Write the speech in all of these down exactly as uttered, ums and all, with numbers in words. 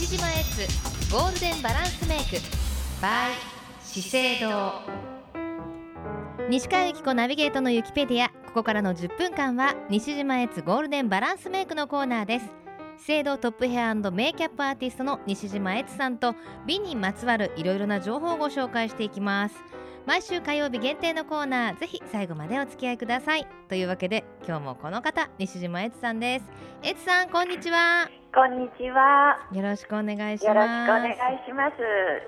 西島エツゴールデンバランスメイク by 資生堂。西川由紀子ナビゲートのユキペディア。ここからのじゅっぷんかんは西島エツゴールデンバランスメイクのコーナーです。資生堂トップヘア&メイキャップアーティストの西島エツさんと美にまつわるいろいろな情報をご紹介していきます。毎週火曜日限定のコーナー、ぜひ最後までお付き合いください。というわけで今日もこの方、西島エツさんです。エツさん、こんにちは。 こんにちは。 よろしくお願いします。 よろしくお願いします。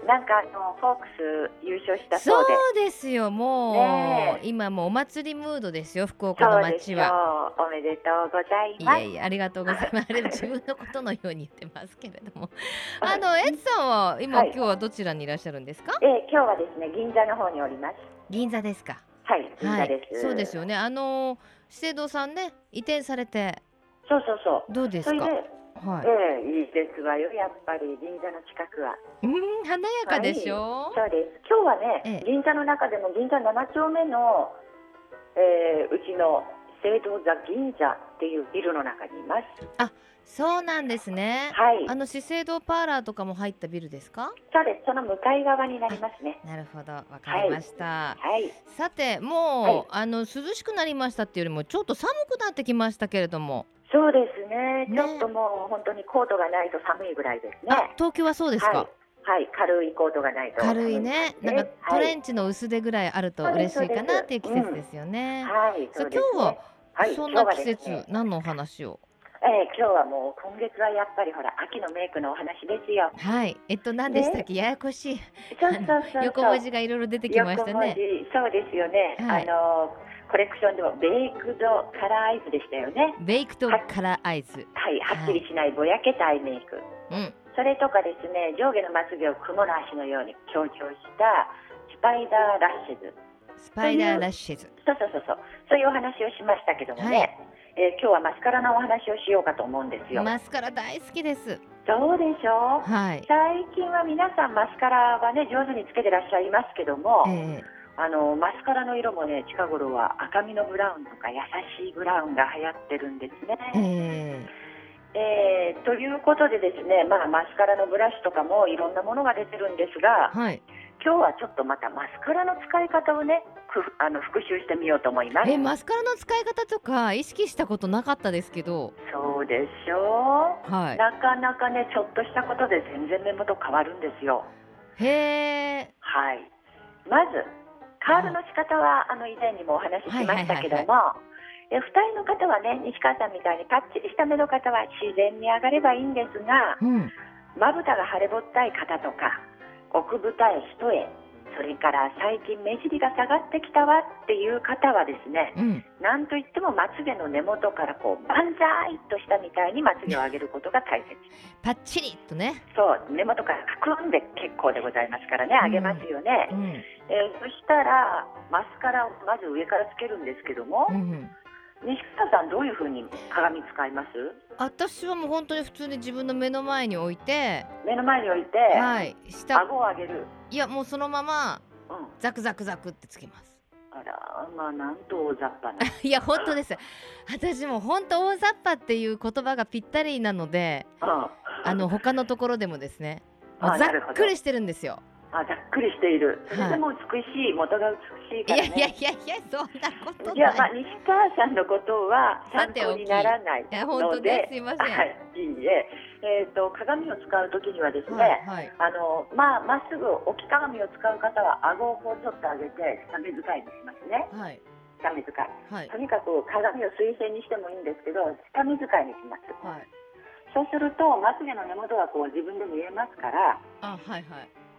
なんかあのフォークス優勝したそうで。 そうですよ。もう、ね、今もうお祭りムードですよ、福岡の街は。 おめでとうございます。 いやいや、ありがとうございます。あれ自分のことのように言ってますけれどもあのエツさんは今、はい、今日はどちらにいらっしゃるんですか？ えー、今日はですね、銀座の方におります。 銀座ですか？ はい、銀座です、 はい、そうですよね。あの資生堂さんね、移転されて。 そうそうそう。 どうですか？ それではい、ええ、いいですわよ、やっぱり銀座の近くは。 うん、華やかでしょ、 はい、そうです。今日はね、ええ、銀座の中でも銀座なな丁目の、えー、うちの資生堂ザ銀座っていうビルの中にいます。 あ、そうなんですね。 はい。 あの資生堂パーラーとかも入ったビルですか？ そうです。その向かい側になりますね。 なるほど、わかりました。 はい。 さて、もう、はい、あの涼しくなりましたっていうよりもちょっと寒くなってきましたけれども。 そうですね。ちょっともう本当にコートがないと寒いぐらいですね。 あ、東京はそうですか？ はい、はい、軽いコートがないと寒い、 軽いね。なんかトレンチの薄手ぐらいあると嬉しいかなっていう季節ですよね。 うん、はい。 そうですね。今日は、はい、そんな季節、ね、何のお話を？ えー、今日はもう今月はやっぱりほら秋のメイクのお話ですよ。 はい。えっと何でしたっけ、ね、ややこしい。 そうそうそうそう。 横文字がいろいろ出てきましたね。 横文字、そうですよね。はい、あのコレクションでもベイクドカラーアイズでしたよね。 ベイクドカラーアイズ。 はい、はっきりしないぼやけたアイメイク。うん。それとかですね、上下のまつげを雲の足のように強調したスパイダーラッシュズ。 スパイダーラッシュズ。 そうそうそうそう。そういうお話をしましたけどもね。はい、えー、今日はマスカラのお話をしようかと思うんですよ。 マスカラ大好きです。 そうでしょう、 はい、 最近は皆さんマスカラはね上手につけてらっしゃいますけども、えー、あのマスカラの色もね近頃は赤みのブラウンとか優しいブラウンが流行ってるんですね。えーえー、ということでですね、まあ、マスカラのブラシとかもいろんなものが出てるんですが、はい、今日はちょっとまたマスカラの使い方をねあの復習してみようと思います。 えマスカラの使い方とか意識したことなかったですけど。 そうでしょう、はい、なかなかねちょっとしたことで全然目元変わるんですよ。 へー、 はい、まずカールの仕方はあの以前にもお話ししましたけども、二重の方はね西川さんみたいにパッチリした目の方は自然に上がればいいんですが、まぶたが腫れぼったい方とか奥二重一重、それから最近目尻が下がってきたわっていう方はですね、うん、なんといってもまつげの根元からこうバンザーイとしたみたいにまつげを上げることが大切。 パッチリとね。 そう根元からかくんで結構でございますからね、上げますよね。うんうん、えー、そしたらマスカラをまず上からつけるんですけども、うんうん、西川さんどういう風に鏡使います？ 私はもう本当に普通に自分の目の前に置いて目の前に置いて、はい、下顎を上げる。 いやもうそのまま、うん、ザクザクザクってつけます。 あら、まあなんと大雑把な。 いや本当です。私も本当大雑把っていう言葉がぴったりなので、ああの他のところでもですね、もうざっくりしてるんですよ。 あ、ざっくりしている。それでも美しい、元が美しいからね。 いやいやいやいや、そんなことない。 いや、まあ、西川さんのことは参考にならないので、 本当ですいません。 はい、いいえ。えーと、鏡を使うときにはですね、はいはい、あのまあ、まっすぐ置き鏡を使う方は顎をこうちょっと上げて下目遣いにしますね。はい、下目遣い、はい、とにかく鏡を水平にしてもいいんですけど下目遣いにします。はい、そうするとまつげの根元がこう自分で見えますから。あ、はいはい、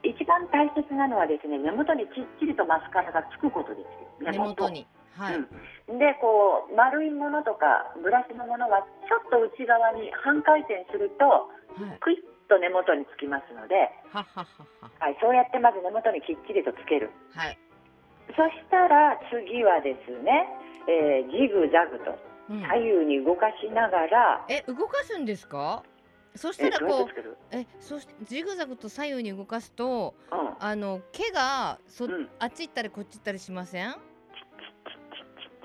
一番大切なのはですね、根元にきっちりとマスカラがつくことですよ。 根元に、はい、 うん、でこう丸いものとかブラシのものはちょっと内側に半回転すると、はい、クイッと根元につきますので、はははは、はい、そうやってまず根元にきっちりとつける。はい、そしたら次はですね、えー、ジグザグと左右に動かしながら、 うん、え動かすんですか？そしたらこうえそしてジグザグと左右に動かすと、うん、あの毛がそ、うん、あっち行ったりこっち行ったりしません？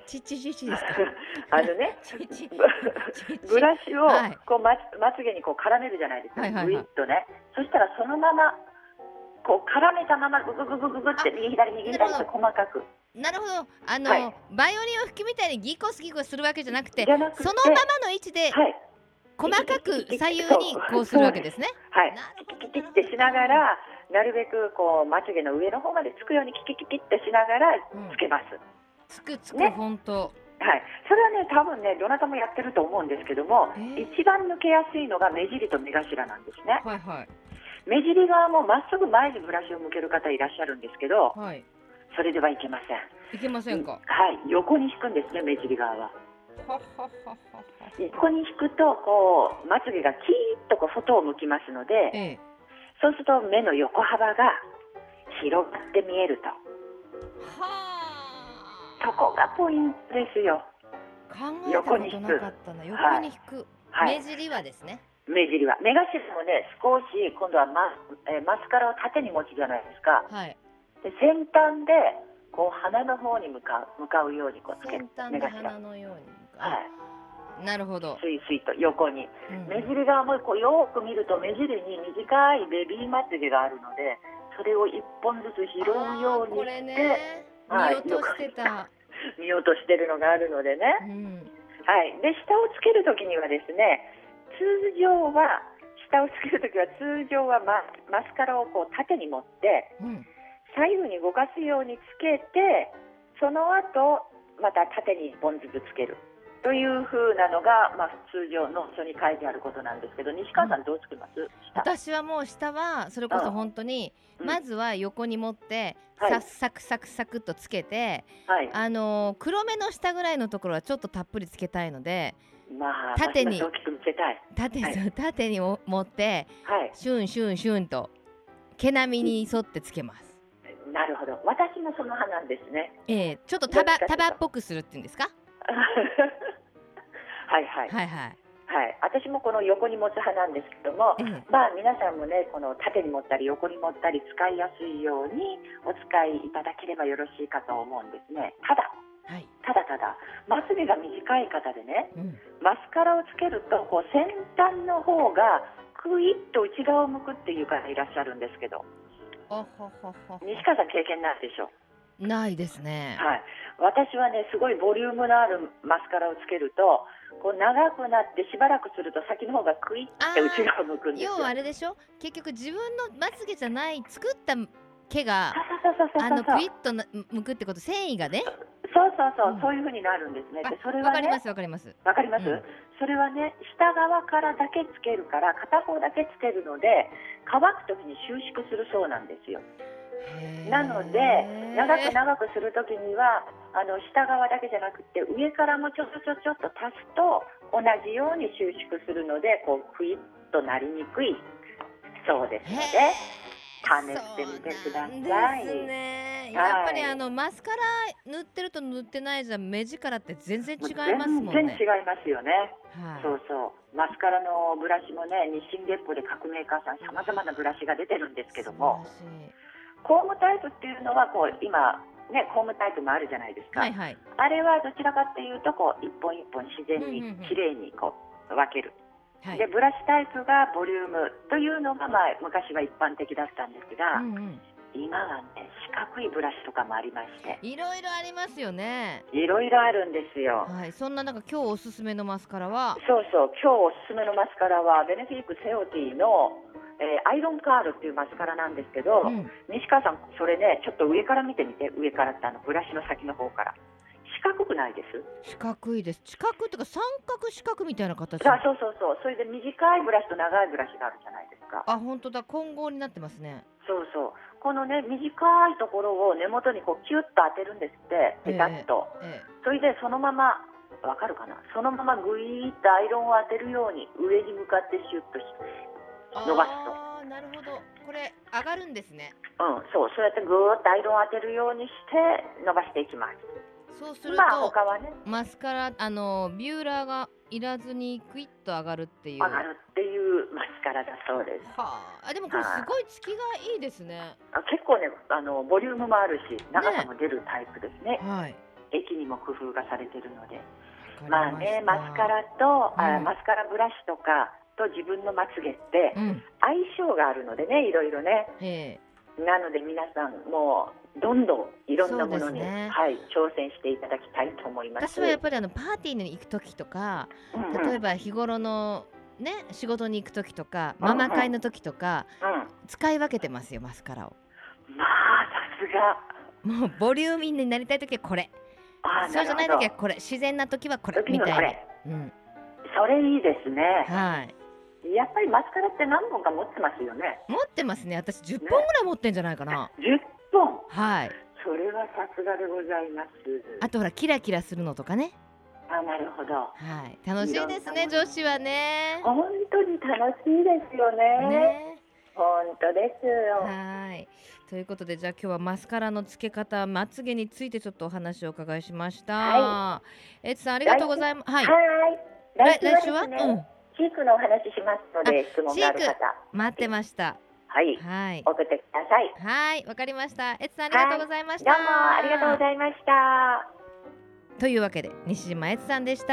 ちちちちですかあのねブラシをこう、ま、まつげにこう絡めるじゃないですか、はいはいはい、グイッとね。そしたらそのままこう絡めたままググググググって右左右左と細かく。 なるほど。あの、はい、バイオリンを吹きみたいにギコスギコするわけじゃなくて、そのままの位置で、はい、細かく左右にこうするわけですね。 はい。キキキキってしながら、なるべくこうまつげの上の方までつくようにキキキキってしながらつけます。うん、 つくつく、ね、本当。 はい。それはね、多分ね、どなたもやってると思うんですけども、えー、一番抜けやすいのが目尻と目頭なんですね。 はいはい。 目尻側もまっすぐ前にブラシを向ける方いらっしゃるんですけど、 はい、 それではいけません。 いけませんか。 はい、横に引くんですね、目尻側は。横に引くとこうまつげがキーッとこう外を向きますので、ええ、そうすると目の横幅が広がって見えると。はあ、そこがポイントですよ。 考えたことなかったな。横に引く、はい、目尻はですね。 目尻は目頭もね、少し今度は マ, えー、マスカラを縦に持つじゃないですか、 はい、 で先端でこう鼻の方に向かう向かうようにこうつける。 先端で鼻のように向かう、はい、なるほど。 スイスイと横に、うん、目尻側もこうよく見ると目尻に短いベビーまつげがあるので、それを一本ずつ拾うようにして、これね、 見落としてた見落としてるのがあるのでね、うん、はい。で下をつけるときにはですね、通常は下をつけるときは通常は マ, マスカラをこう縦に持って、うん、左右に動かすようにつけて、その後また縦にいっぽんずつつけるという風なのが、まあ、通常の書に書いてあることなんですけど、西川さんどうつけます？うん、 私はもう下はそれこそ本当に、うん、まずは横に持って、うん、さっサクサクサクっとつけて、はい、あのー、黒目の下ぐらいのところはちょっとたっぷりつけたいので、 まあ、 縦に縦に、 はい、縦に持って、はい、シュンシュンシュンと毛並みに沿ってつけます。 なるほど。私もその派なんですね。 えー、ちょっと束束っぽくするっていうんですかはいはいはいはいはい、私もこの横に持つ派なんですけども、ええ、まあ皆さんもね、この縦に持ったり横に持ったり使いやすいようにお使いいただければよろしいかと思うんですね。ただ、はい、ただただまつげが短い方でね、うん、マスカラをつけるとこう先端の方がクイッと内側を向くっていう方いらっしゃるんですけど、 あははは西川さん経験ないでしょ？ ないですね。 はい、私はね、すごいボリュームのあるマスカラをつけるとこう長くなってしばらくすると先の方がクイッて内側を向くんですよ。 要はあれでしょ、結局自分のまつげじゃない作った毛があのクイッと向くってこと、繊維がね、 そうそうそう、うん、そういう風になるんですね。でそれはね、 わかりますわかりますわかります、うん、それはね、下側からだけつけるから片方だけつけるので乾くときに収縮するそうなんですよ。なので長く長くするときにはあの下側だけじゃなくて上からもちょちょちょちょっと足すと同じように収縮するのでこうクイッとなりにくいそうですので試してみてください。 ですね、やっぱりあのマスカラ塗ってると塗ってないじゃ目力って全然違いますもんね。 全然違いますよね、はい、そうそうマスカラのブラシもね、日清月歩で各メーカーさんさまざまなブラシが出てるんですけども、コームタイプっていうのはこう今ね、コームタイプもあるじゃないですか、はいはい、あれはどちらかっていうとこう一本一本自然にきれいにこう分ける、うんうんうん、でブラシタイプがボリュームというのが、まあ、昔は一般的だったんですが、うんうん、今はね四角いブラシとかもありまして、 いろいろありますよね。 いろいろあるんですよ、 はい、そんな中今日おすすめのマスカラは、 そうそう今日おすすめのマスカラはベネフィックセオティのえー、アイロンカールっていうマスカラなんですけど、うん、西川さんそれねちょっと上から見てみて、上からってあのブラシの先の方から四角くないです？ 四角いです。四角っていうか三角四角みたいな形。 あ、そうそうそう、それで短いブラシと長いブラシがあるじゃないですか。 あ、本当だ、混合になってますね。 そうそう、このね短いところを根元にこうキュッと当てるんですって、ペタッと、えーえー、それでそのままわかるかな、そのままグイーッとアイロンを当てるように上に向かってシュッと伸ばすと。 あー、なるほど、これ上がるんですね。 うん、そう、そうやってぐーっとアイロンを当てるようにして伸ばしていきます。 そうすると、 まあ、他はね、 マスカラ、あのビューラーがいらずにクイッと上がるっていう、 上がるっていうマスカラだそうです。 はあ、でもこれすごいつきがいいですね。 あ、結構ね、あのボリュームもあるし長さも出るタイプですね。 はい、 液にも工夫がされてるので、まあね、マスカラと、うん、あマスカラブラシとかと自分のまつげって相性があるのでね、いろいろね、えー、なので皆さんもうどんどんいろんなものに、ね、はい、挑戦していただきたいと思います。 私はやっぱりあのパーティーに行く時とか、うんうん、例えば日頃のね、仕事に行く時とか、ママ会の時とか、うんうん、使い分けてますよ、マスカラを。 まあさすが。 もうボリューミーになりたい時はこれ、そうじゃない時はこれ、自然な時はこれみたいな、うん、 それいいですね。 はい、 やっぱりマスカラって何本か持ってますよね。 持ってますね。私じゅっぽんぐらい持ってんじゃないかな、 ね、じゅっぽん。 はい、 それはさすがでございます。 あとほらキラキラするのとかね。 あ、なるほど、 はい、楽しいですね、女子はね。 本当に楽しいですよ ね, ね本当ですよ。 はい、ということで、じゃあ今日はマスカラの付け方、まつげについてちょっとお話をお伺いしました。はい、エツさんありがとうございます。はい、 はい、来週はですね、うん、チークのお話しますので、質問がある方待ってました。 はい、はい、送ってください。 はい、わかりました。エツさんありがとうございました。 はい、どうもありがとうございました。 というわけで西島エツさんでした。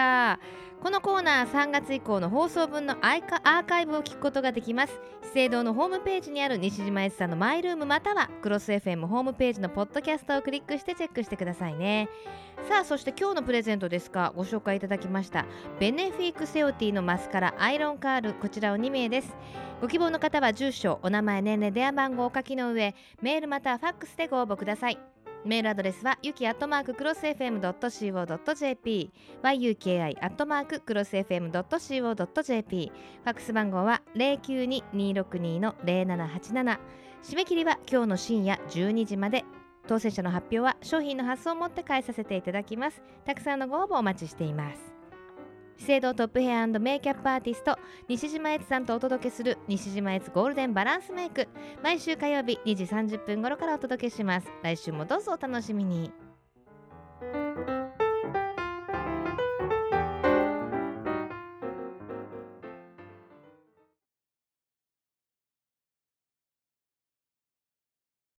このコーナーさんがつ以降の放送分のアーカイブを聞くことができます。資生堂のホームページにある西島エツさんのマイルーム、またはクロス エフエム ホームページのポッドキャストをクリックしてチェックしてくださいね。さあ、そして今日のプレゼントですが、ご紹介いただきましたベネフィックセオティのマスカラアイロンカール、こちらをにめいです。ご希望の方は住所、お名前、年齢、電話番号をお書きの上、メールまたはファックスでご応募ください。メールアドレスはゆきアットマーククロス エフエムドットシーオードットジェーピー ワイユーケーアイ アットマーククロス エフエムドットシーオードットジェーピー、 ファックス番号は ゼロきゅうに にーろくに の ゼロななはちなな。締め切りは今日の深夜じゅうにじまで。当選者の発表は商品の発送をもって返させていただきます。たくさんのご応募お待ちしています。資生堂トップヘア&メイキャップアーティスト西島エツさんとお届けする西島エツゴールデンバランスメイク、毎週火曜日にじさんじゅっぷん頃からお届けします。来週もどうぞお楽しみに。